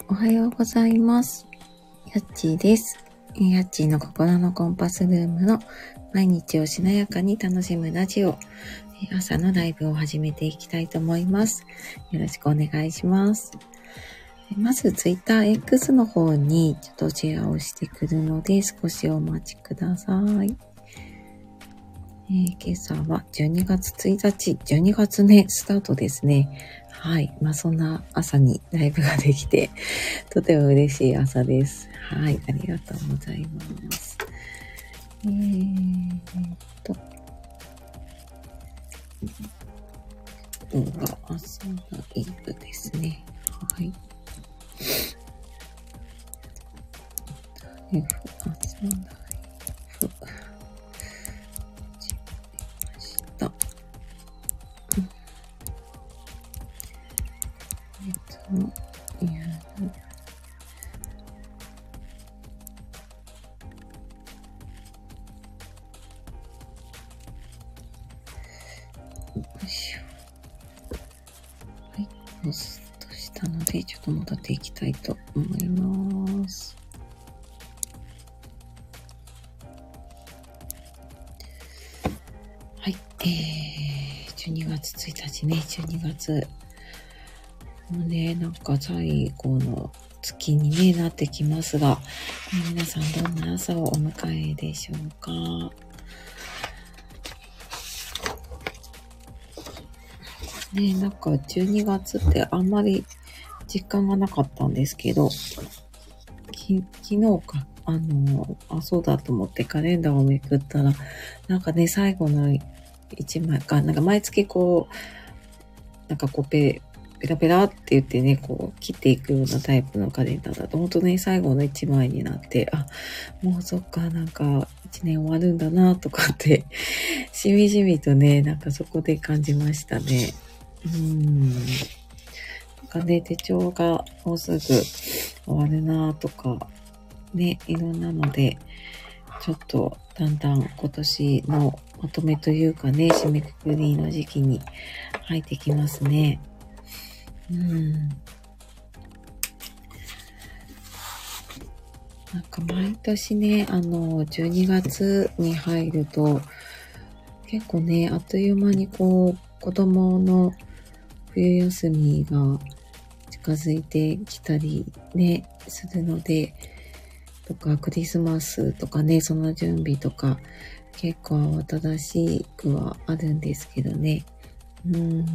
おはようございます。やっちーです。やっちーの心のコンパスルームの毎日をしなやかに楽しむラジオ、朝のライブを始めていきたいと思います。よろしくお願いします。まずツイッター X の方にちょっとシェアをしてくるので少しお待ちください。今朝は12月1日、12月ね、スタートですね。はい。そんな朝にライブができて、とても嬉しい朝です。はい。ありがとうございます。今日は朝ライブですね。はい。朝ライブ。はい、ポストしたのでちょっと戻っていきたいと思います。はい、12月1日ね、12月もうね、なんか最後の月に、ね、なってきますが、皆さんどんな朝をお迎えでしょうか。ね、なんか12月ってあんまり実感がなかったんですけど、昨日か、そうだと思ってカレンダーをめくったら、なんかね、最後の1枚か、なんか毎月こう、なんかこうペラペラって言ってね、こう切っていくようなタイプのカレンダーだと、ほんとね、最後の1枚になって、もうそっか、なんか1年終わるんだなとかって、しみじみとね、なんかそこで感じましたね。なんかね、手帳がもうすぐ終わるなとか、ね、いろんなので、ちょっとだんだん今年のまとめというかね、締めくくりの時期に入ってきますね。なんか毎年ね、12月に入ると、結構ね、あっという間にこう、子供の冬休みが近づいてきたりね、するので、とかクリスマスとかね、その準備とか結構慌ただしくはあるんですけどね。ね、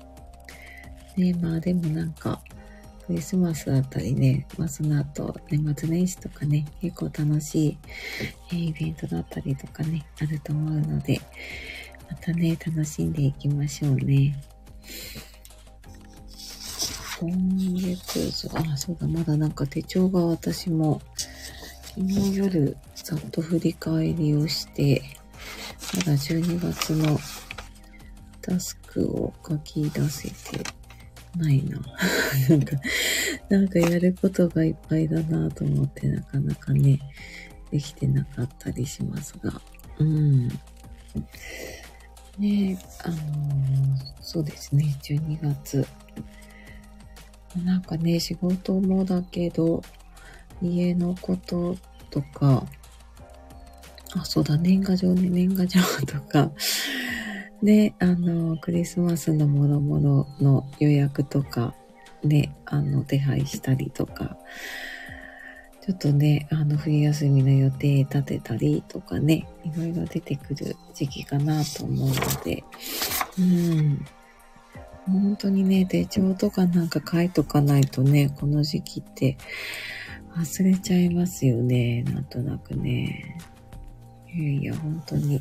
でもなんかクリスマスだったりね、その後年末年始とかね、結構楽しいイベントだったりとかね、あると思うので、またね、楽しんでいきましょうね。今月、そうだ、まだなんか手帳が私も昨日夜ざっと振り返りをして、まだ12月のタスクを書き出せてないな。なんかやることがいっぱいだなと思ってなかなかね、できてなかったりしますが。ね、そうですね、12月。なんかね、仕事もだけど、家のこととか、そうだ、年賀状とか、で、クリスマスのもろもろの予約とか、ね、手配したりとか、ちょっとね、冬休みの予定立てたりとかね、いろいろ出てくる時期かなと思うので、本当にね、手帳とかなんか書いとかないとね、この時期って忘れちゃいますよね、なんとなくね。いや、本当に。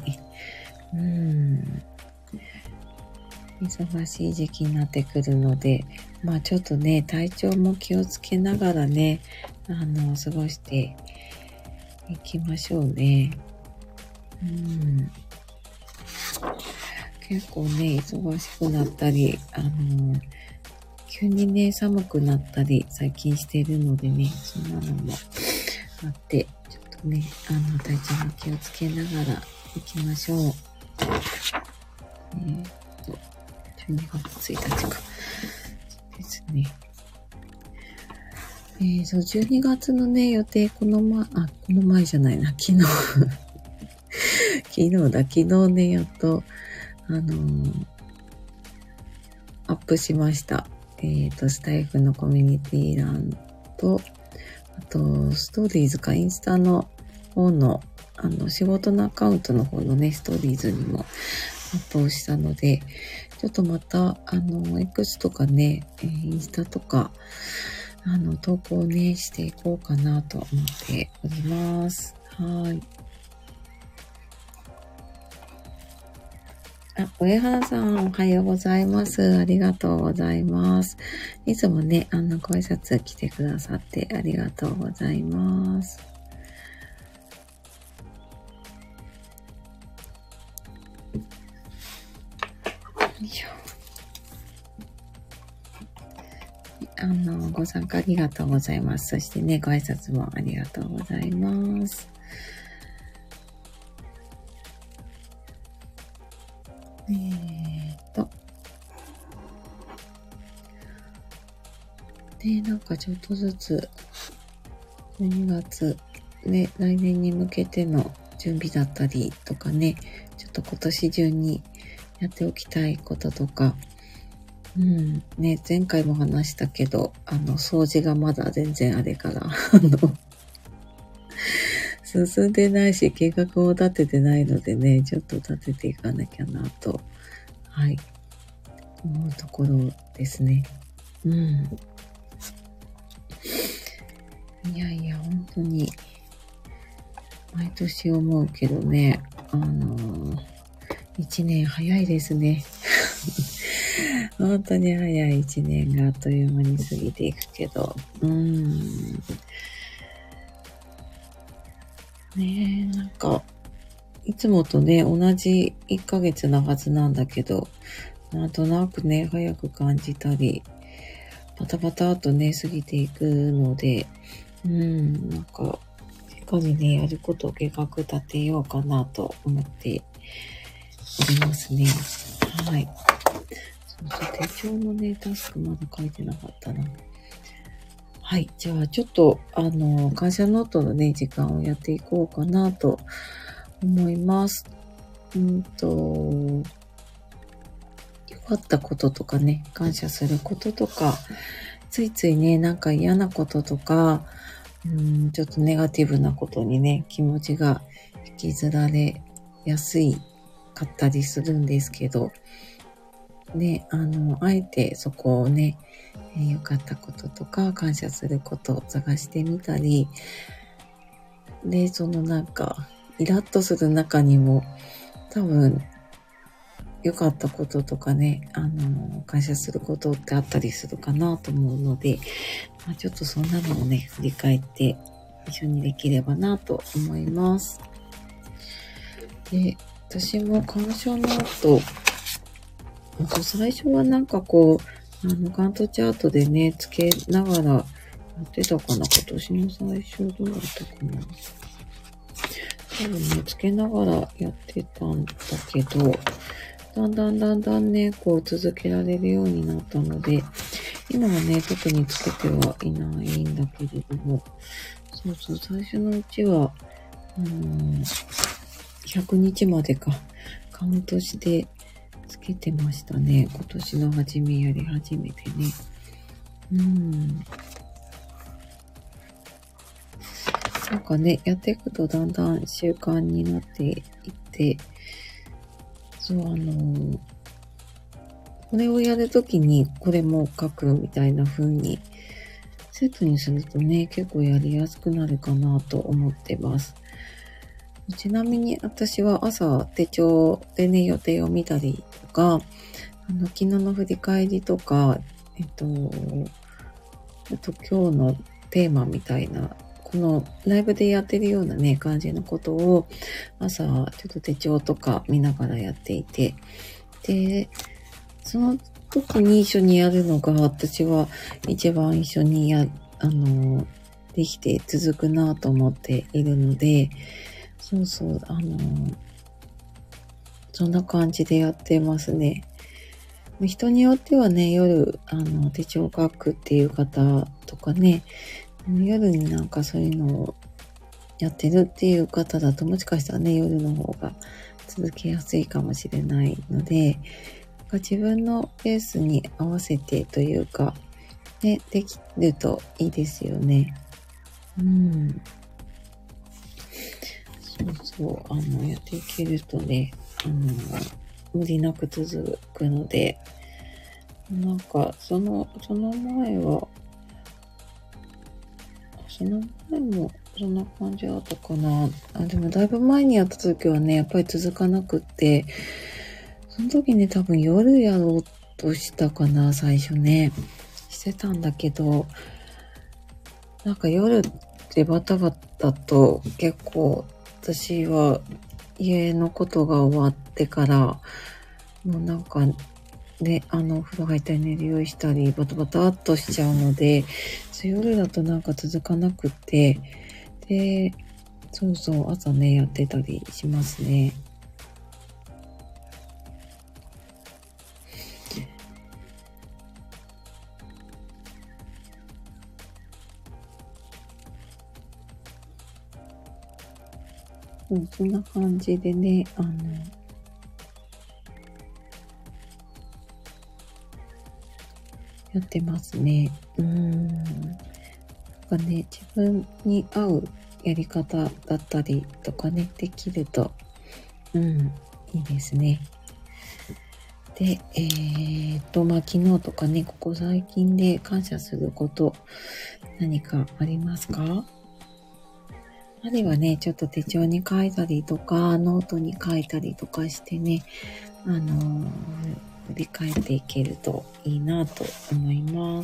忙しい時期になってくるので、ちょっとね、体調も気をつけながらね、過ごしていきましょうね。結構ね、忙しくなったり、急にね、寒くなったり、最近してるのでね、そんなのもあって、ちょっとね、体調に気をつけながら行きましょう。12月1日か。ですね。 そう、12月のね、予定、この前じゃないな、昨日。昨日ね、やっと、アップしました。スタイフのコミュニティ欄と、あと、ストーリーズか、インスタの方の、仕事のアカウントの方のね、ストーリーズにもアップをしたので、ちょっとまた、X とかね、インスタとか、投稿ね、していこうかなと思っております。はい。上原さん、おはようございます。ありがとうございます。いつもね、ご挨拶来てくださってありがとうございます。よいしょ。ご参加ありがとうございます。そしてね、ご挨拶もありがとうございます。で、なんかちょっとずつ、12月、ね、来年に向けての準備だったりとかね、ちょっと今年中にやっておきたいこととか、ね、前回も話したけど、掃除がまだ全然あれから、進んでないし、計画を立ててないのでね、ちょっと立てていかなきゃなと、はい、思うところですね。いやいや、本当に、毎年思うけどね、一年早いですね。本当に早い一年があっという間に過ぎていくけど、ねえ、なんか、いつもとね、同じ1ヶ月なはずなんだけど、なんとなくね、早く感じたり、バタバタとね、過ぎていくので、なんか、しっかりね、やることを計画立てようかなと思っておりますね。はい。手帳のね、タスクまだ書いてなかったな。はい。じゃあ、ちょっと、感謝ノートのね、時間をやっていこうかなと思います。良かったこととかね、感謝することとか、ついついね、なんか嫌なこととか、ちょっとネガティブなことにね、気持ちが引きずられやすいかったりするんですけど、ね、あえてそこをね、良かったこととか感謝することを探してみたり、で、そのなんか、イラッとする中にも、多分、良かったこととかね、感謝することってあったりするかなと思うので、ちょっとそんなのをね、振り返って一緒にできればなと思います。で、私も感謝ノート、最初はなんかこう、カントチャートでね、つけながらやってたかな。今年の最初どうだったかな。多分ね、つけながらやってたんだけど、だんだんね、こう続けられるようになったので、今はね、特につけてはいないんだけれども、そう、最初のうちは、100日までか、カウントしてつけてましたね。今年の初めやり始めてね。なんかね、やっていくとだんだん習慣になっていって、そう、これをやるときにこれも書くみたいな風にセットにするとね、結構やりやすくなるかなと思ってます。ちなみに私は朝手帳でね、予定を見たりとか、昨日の振り返りとか、あと今日のテーマみたいな、このライブでやってるようなね、感じのことを朝ちょっと手帳とか見ながらやっていて、で、その時に一緒にやるのが私は一番一緒にできて続くなと思っているので、そう、そんな感じでやってますね。人によってはね、夜、手帳書くっていう方とかね、 夜になんかそういうのをやってるっていう方だと、もしかしたらね、夜の方が続けやすいかもしれないので、自分のペースに合わせてというか、ね、できるといいですよね。そうそう、やっていけるとね、無理なく続くので、なんか、その前も、そんな感じだったかな。でもだいぶ前にやった時はね、やっぱり続かなくって、その時ね、多分夜やろうとしたかな、最初ね。してたんだけど、なんか夜ってバタバタと結構私は家のことが終わってから、もうなんかね、お風呂入ったり寝る用意したり、バタバタっとしちゃうので、夜だとなんか続かなくって、で、そうそう、朝ね、やってたりしますね。そんな感じでね、やってますね。なんかね、自分に合うやり方だったりとかね、できると、いいですね。で、昨日とかね、ここ最近で感謝すること、何かありますか？あるいはね、ちょっと手帳に書いたりとか、ノートに書いたりとかしてね、振り返っていけるといいなと思います。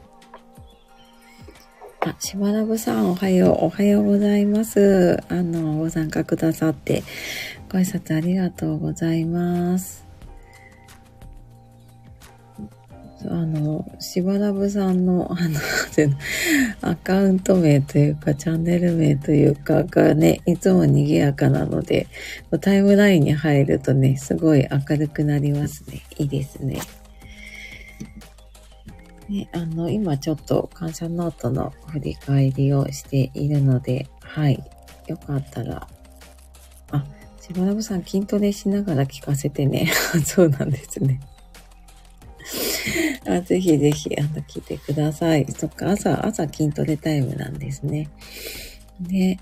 しばらぶさんおはようございます。ご参加くださって、ご挨拶ありがとうございます。しばらぶさんの、アカウント名というか、チャンネル名というかがね、いつも賑やかなので、タイムラインに入るとね、すごい明るくなりますね。いいですね。ね、今ちょっと感謝ノートの振り返りをしているので、はい。よかったら、しばらぶさん筋トレしながら聞かせてね。そうなんですね。ぜひぜひ、聞いてください。そっか、朝筋トレタイムなんですね。で、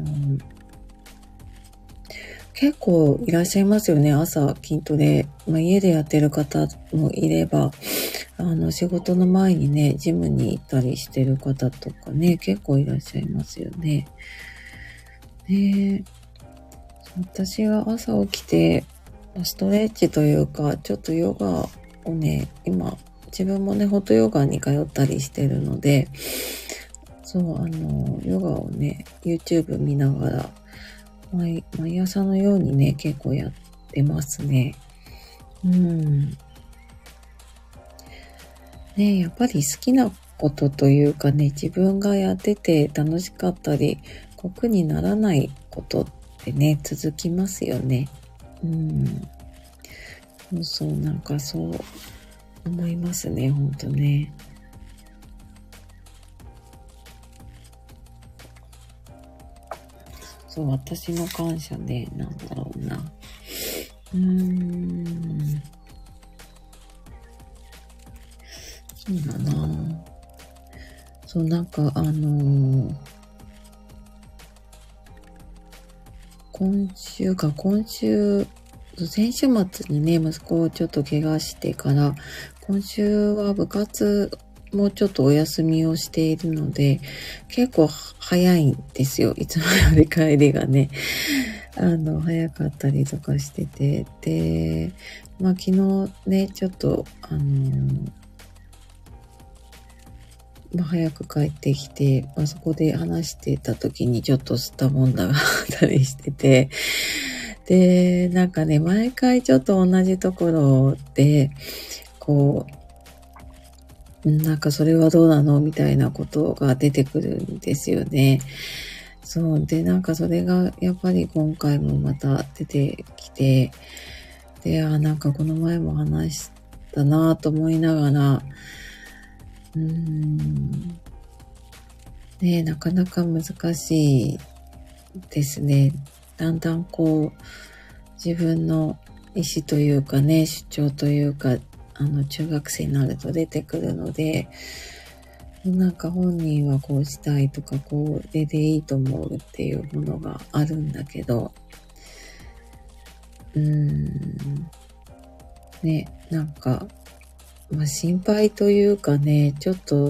結構いらっしゃいますよね。朝筋トレ。家でやってる方もいれば、仕事の前にね、ジムに行ったりしてる方とかね、結構いらっしゃいますよね。私は朝起きて、ストレッチというか、ちょっとヨガをね、今、自分もね、ホットヨガに通ったりしてるので、そう、ヨガをね、YouTube 見ながら、毎朝のようにね、結構やってますね。ね、やっぱり好きなことというかね、自分がやってて楽しかったり、苦にならないことってね、続きますよね。そう、なんかそう思いますね、ほんとね。そう、私の感謝ね、なんだろうな。そうだな。そう、なんか今週、先週末にね、息子をちょっと怪我してから、今週は部活もちょっとお休みをしているので、結構早いんですよ。いつもより帰りがね、早かったりとかしてて、で、昨日ね、ちょっと、早く帰ってきて、そこで話してた時にちょっと吸ったもんだがあったりしてて、で、なんかね、毎回ちょっと同じところで、なんかそれはどうなのみたいなことが出てくるんですよね。そう。で、なんかそれがやっぱり今回もまた出てきて、で、なんかこの前も話した。だなぁと思いながら、 ね、なかなか難しいですね。だんだんこう、自分の意思というかね、主張というか、中学生になると出てくるので、なんか本人はこうしたいとか、こうでいいと思うっていうものがあるんだけど、ね、なんか、心配というかね、ちょっと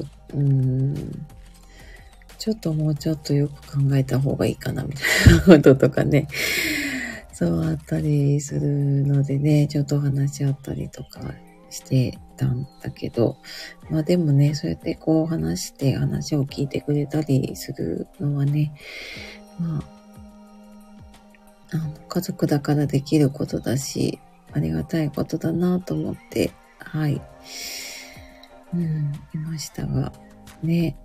もうちょっとよく考えた方がいいかなみたいなこととかね、そうあったりするのでね、ちょっと話し合ったりとかしてたんだけど、でもね、そうやってこう話して話を聞いてくれたりするのはね、家族だからできることだし、ありがたいことだなと思って、はい。いましたが、ね、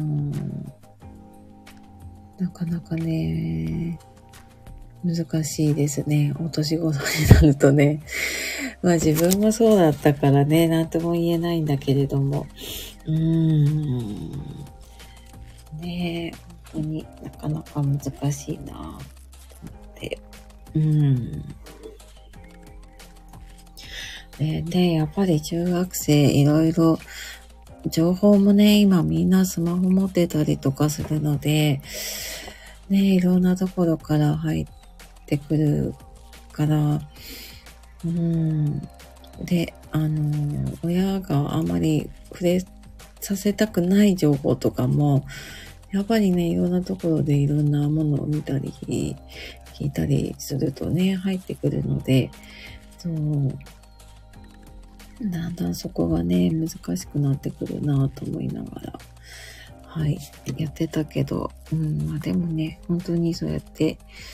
なかなかね、難しいですね。お年頃になるとね。自分もそうだったからね、なんとも言えないんだけれども。ねえ、本当になかなか難しいなと思って。で、やっぱり中学生いろいろ情報もね、今みんなスマホ持ってたりとかするので、ね、いろんなところから入ってくるから、で、親があまり触れさせたくない情報とかも、やっぱりね、いろんなところでいろんなものを見たり、聞いたりするとね、入ってくるので、そう、だんだんそこがね、難しくなってくるなと思いながら、はい、やってたけど、でもね、本当にそうやって、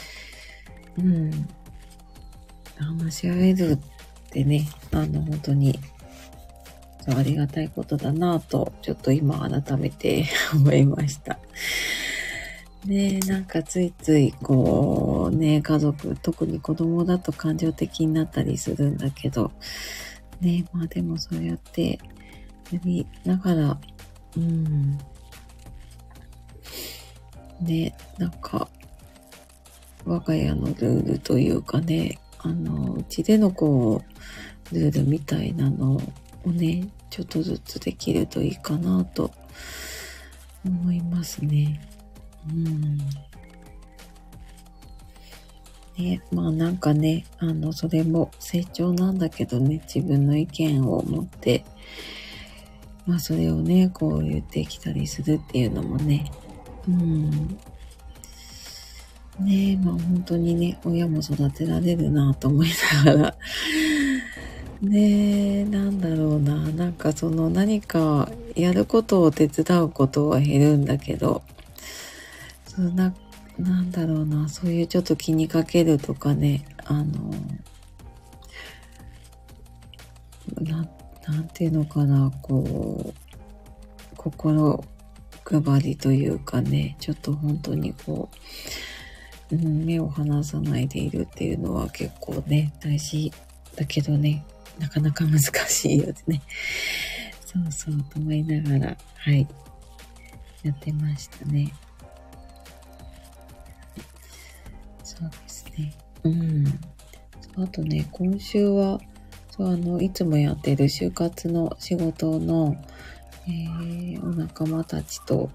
話し合えるってね、本当に、ありがたいことだなと、ちょっと今改めて思いました。ね、なんかついついこうね、家族、特に子供だと感情的になったりするんだけど、ね、でもそうやってやりながら、ね、なんか、我が家のルールというかね、うちでのこう、ルールみたいなのをね、ちょっとずつできるといいかなと思いますね。ね、なんかね、それも成長なんだけどね、自分の意見を持って、それをね、こう言ってきたりするっていうのもね、ね、本当にね、親も育てられるなと思いながら、ね、なんだろうな、なんかその何かやることを手伝うことは減るんだけど、なんだろうな、そういうちょっと気にかけるとかね、なんていうのかな、こう、心配りというかね、ちょっと本当にこう、目を離さないでいるっていうのは結構ね、大事だけどね、なかなか難しいよね。そうそうと思いながら、はい、やってましたね。そうですね。あとね、今週は、いつもやってる就活の仕事の、お仲間たちと、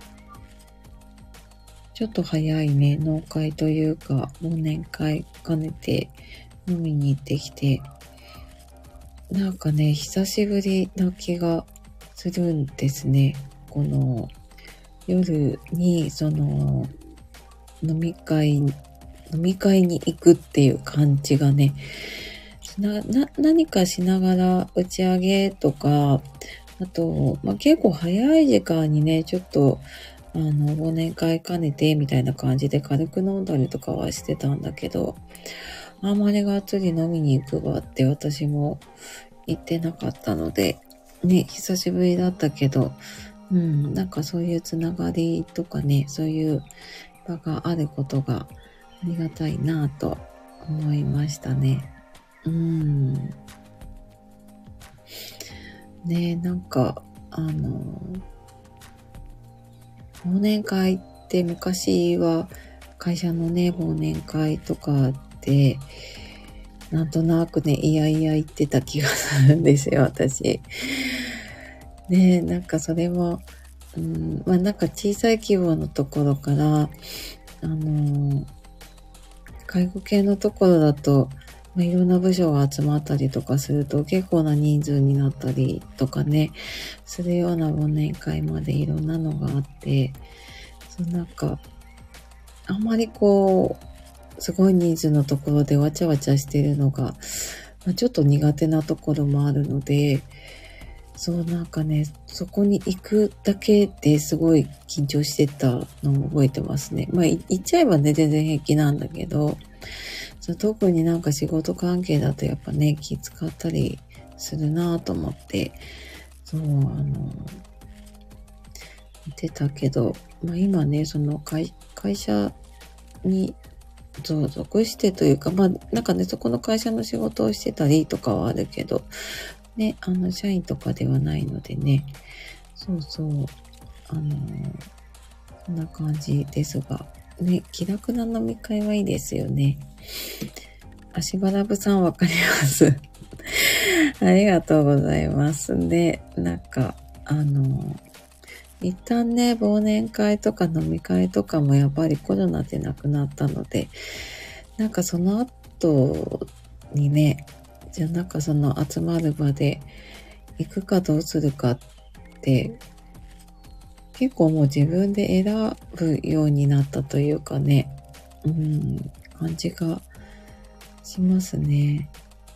ちょっと早いね、納会というか、忘年会兼ねて飲みに行ってきて、なんかね、久しぶりな気がするんですね。この、夜に、飲み会に行くっていう感じがね、何かしながら打ち上げとか、あと、結構早い時間にね、ちょっと、忘年会兼ねてみたいな感じで軽く飲んだりとかはしてたんだけど、あんまりがっつり飲みに行く場って私も行ってなかったので、ね、久しぶりだったけど、なんかそういうつながりとかね、そういう場があることがありがたいなぁと思いましたね。ね、なんか、 忘年会って昔は会社のね、忘年会とかで、なんとなくね、いやいや言ってた気がするんですよ、私。ね、なんかそれも、なんか小さい規模のところから、介護系のところだと、いろんな部署が集まったりとかすると結構な人数になったりとかね、するような忘年会までいろんなのがあって、なんか、あんまりすごい人数のところでわちゃわちゃしてるのが、ちょっと苦手なところもあるので、なんかね、そこに行くだけですごい緊張してたのを覚えてますね。行っちゃえばね、全然平気なんだけど、特になんか仕事関係だとやっぱね、気使ったりするなぁと思って、言ってたけど、今ね、会社に属してというか、なんかね、そこの会社の仕事をしてたりとかはあるけど、ね、社員とかではないのでね、そんな感じですが、ね、気楽な飲み会はいいですよね。足原部さんわかります。ありがとうございます。で、なんか、一旦ね、忘年会とか飲み会とかもやっぱりコロナでなくなったので、なんかその後にね、じゃあなんかその集まる場で行くかどうするかって結構もう自分で選ぶようになったというかね、感じがしますね。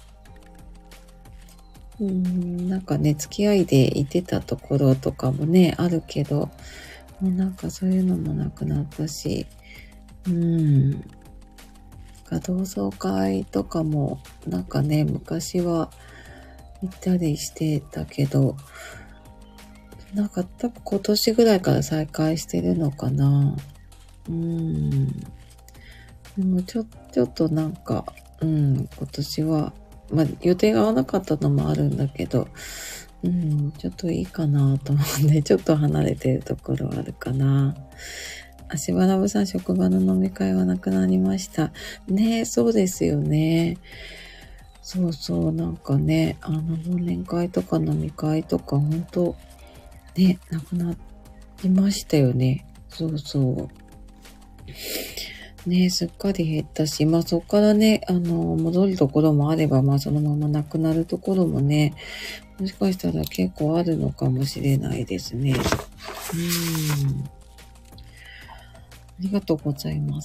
なんかね、付き合いで行ってたところとかもね、あるけど、もうなんかそういうのもなくなったし、同窓会とかもなんかね、昔は行ったりしてたけど、なんか多分今年ぐらいから再開してるのかな。でもちょっとなんか、今年は、予定が合わなかったのもあるんだけど、ちょっといいかなと思うんで、ちょっと離れてるところはあるかな。足原部さん、職場の飲み会はなくなりました。ね、そうですよね。なんかね、忘年会とか飲み会とか、ほんと、ね、なくなりましたよね。ね、すっかり減ったし、そっからね、戻るところもあれば、そのままなくなるところもね、もしかしたら結構あるのかもしれないですね。ありがとうございます。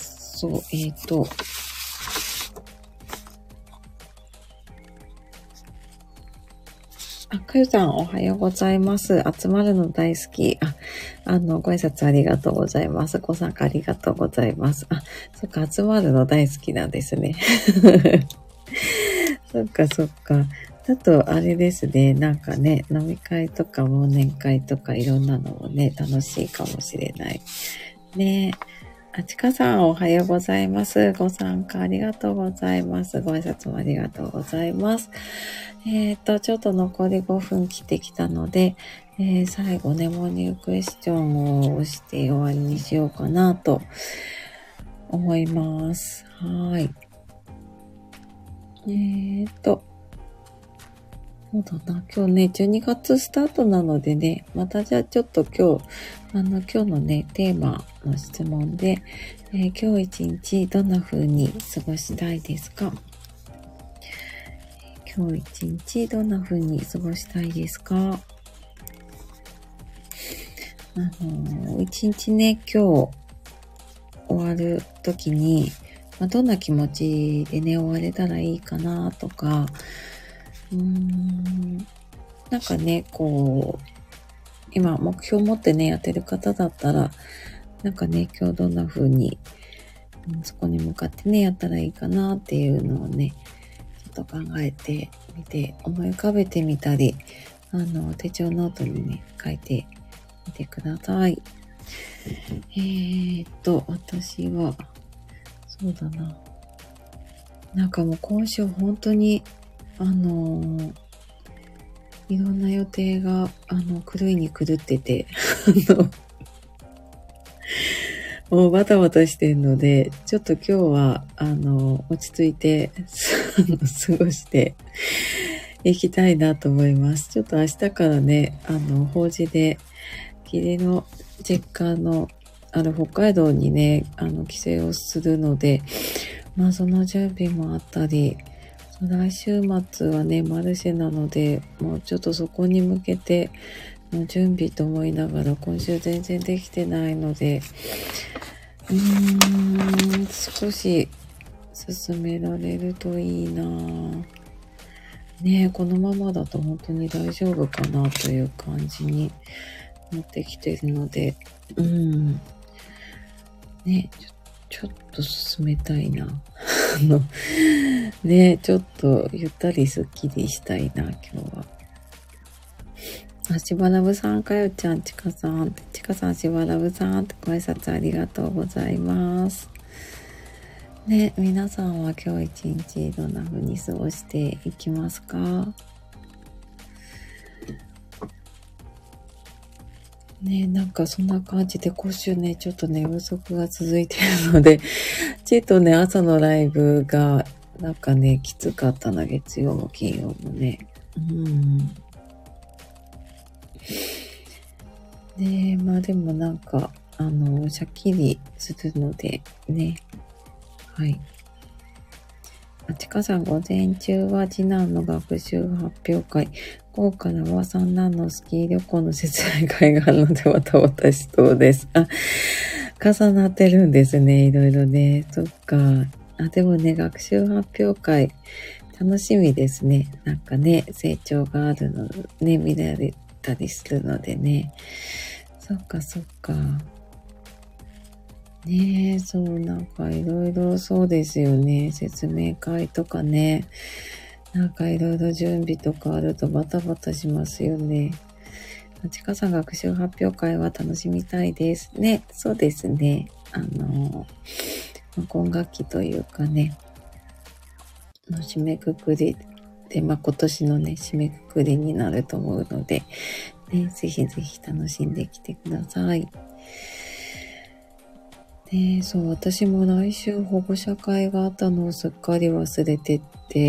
かゆさんおはようございます。集まるの大好き。ご挨拶ありがとうございます。ご参加ありがとうございます。そっか、集まるの大好きなんですね。そっか。だと、あれですね。なんかね、飲み会とか忘年会とかいろんなのもね、楽しいかもしれない。ねちかさんおはようございます。ご参加ありがとうございます。ご挨拶もありがとうございます。ちょっと残り5分切ってきたので、最後ね、モーニングクエスチョンを押して終わりにしようかなと思います。はい。そうだな。今日ね、12月スタートなのでね、またじゃあちょっと今日のね、テーマの質問で、今日一日どんな風に過ごしたいですか？今日一日どんな風に過ごしたいですか？一日ね、今日終わる時に、どんな気持ちでね、終われたらいいかなとか、なんかね、今目標を持ってね、やってる方だったら、なんかね、今日どんな風に、そこに向かってね、やったらいいかなっていうのをね、ちょっと考えてみて、思い浮かべてみたり、手帳ノートにね、書いてみてください。私は、そうだな。なんかもう今週本当に、いろんな予定が、狂いに狂ってて、 もうバタバタしてるので、ちょっと今日は、落ち着いて、過ごしていきたいなと思います。ちょっと明日からね、法事で、義理の実家の、北海道にね、帰省をするので、まあ、その準備もあったり、来週末はね、マルシェなので、もうちょっとそこに向けての準備と思いながら、今週全然できてないので、少し進められるといいなぁ。ねえ、このままだと本当に大丈夫かなという感じになってきてるので、ね、ちょっと進めたいな。ね、ちょっとゆったりスッキリしたいな、今日は。しばらぶさん、かよちゃん、ちかさん、しばらぶさんってご挨拶ありがとうございます。ね、皆さんは今日一日どんな風に過ごしていきますか？ね、なんかそんな感じで今週ね、ちょっと寝不足が続いているので、ちょっとね、朝のライブがなんかね、きつかったな、月曜も金曜もね。で、まあでもなんか、シャッキリするのでね、はい。ちかさん、午前中は次男の学習発表会、午後からは三男のスキー旅行の説明会があるので、また私とです。重なってるんですね、いろいろね。そっか。でもね、学習発表会、楽しみですね。なんかね、成長があるのね、見られたりするのでね。そっか、そっか。ねえ、そう、なんかいろいろそうですよね。説明会とかね。なんかいろいろ準備とかあるとバタバタしますよね。ちかさん学習発表会は楽しみたいですね。そうですね。今学期というかね、の締めくくりで、今年のね、締めくくりになると思うので、ね、ぜひぜひ楽しんできてください。ね、そう、私も来週保護者会があったのをすっかり忘れてって、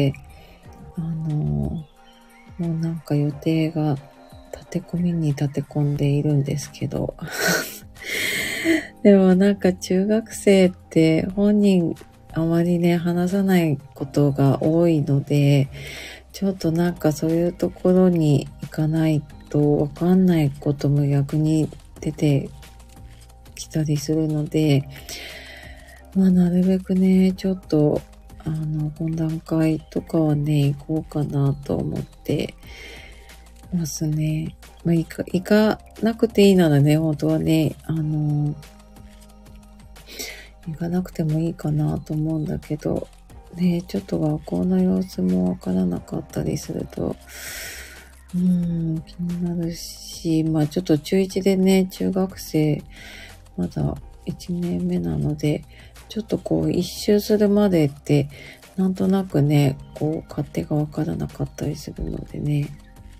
もうなんか予定が立て込んでいるんですけど。でもなんか中学生って本人あまりね、話さないことが多いので、ちょっとなんかそういうところに行かないとわかんないことも逆に出てきたりするので、まあなるべくね、ちょっと懇談会とかはね、行こうかなと思ってますね。まあ行かなくていいならね、本当はね、行かなくてもいいかなと思うんだけど、ね、ちょっと学校の様子もわからなかったりすると、気になるし、まあちょっと中1でね、中学生、まだ1年目なので、ちょっとこう一周するまでって、なんとなくね、こう勝手がわからなかったりするのでね。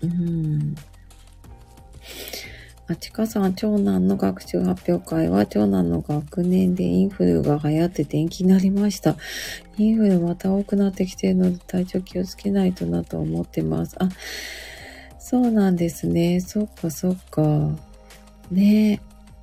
ちかさん、長男の学習発表会は、長男の学年でインフルが流行って延期になりました。インフルまた多くなってきているので、体調気をつけないとなと思ってます。そうなんですね。そっかそっか。ね。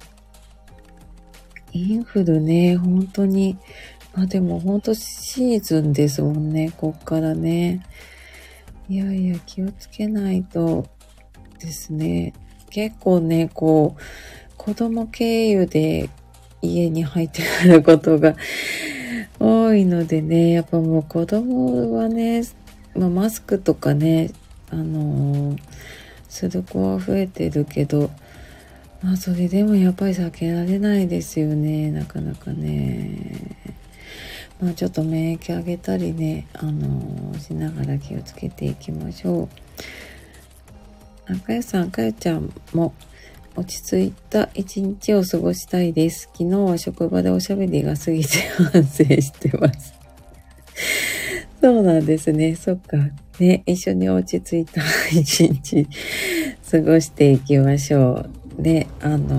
インフルね、本当に。でも本当シーズンですもんね、こっからね。いやいや、気をつけないとですね。結構ね、こう、子供経由で家に入ってくることが多いのでね、やっぱもう子供はね、マスクとかね、する子は増えてるけど、それでもやっぱり避けられないですよね、なかなかね。ちょっと免疫上げたりね、しながら気をつけていきましょう。かよさん、かよちゃんも落ち着いた一日を過ごしたいです。昨日は職場でおしゃべりが過ぎて反省してます。そうなんですね。そっか。ね、一緒に落ち着いた一日過ごしていきましょう。で、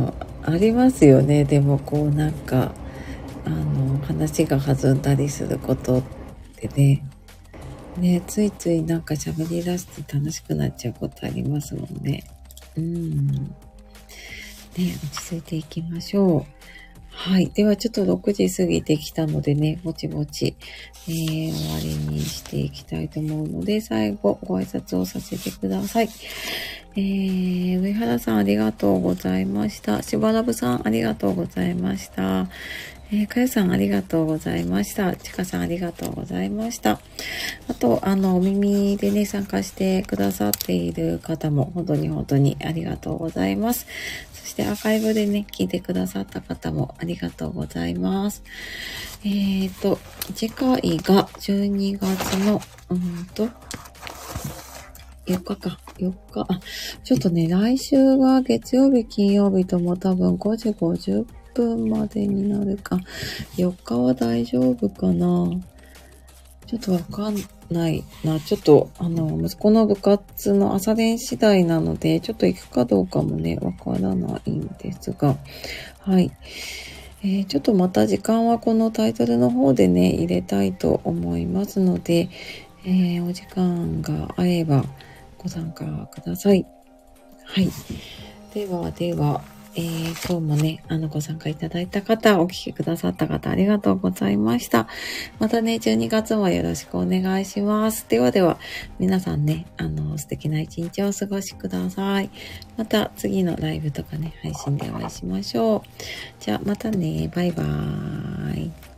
ありますよね。でもなんか、話が弾んだりすることってね、ついついなんか喋り出して楽しくなっちゃうことありますもんね。ね、落ち着いていきましょう。はい。ではちょっと6時過ぎてきたのでね、ぼちぼち、終わりにしていきたいと思うので、最後ご挨拶をさせてください。上原さんありがとうございました。しばらぶさんありがとうございました。かやさんありがとうございました。ちかさんありがとうございました。あと、お耳でね、参加してくださっている方も、本当にありがとうございます。そしてアーカイブでね、聞いてくださった方もありがとうございます。次回が12月の、4日か。4日。ちょっとね、来週は月曜日、金曜日とも多分5時50分までになるか。4日は大丈夫かな。ちょっとわかんないな。ちょっと、息子の部活の朝練次第なので、ちょっと行くかどうかもね、わからないんですが。はい。ちょっとまた時間はこのタイトルの方でね、入れたいと思いますので、お時間が合えばご参加ください。はい。では、今日もね、ご参加いただいた方、お聞きくださった方、ありがとうございました。またね、12月もよろしくお願いします。では、皆さんね、素敵な一日をお過ごしください。また次のライブとかね、配信でお会いしましょう。じゃあ、またね、バイバーイ。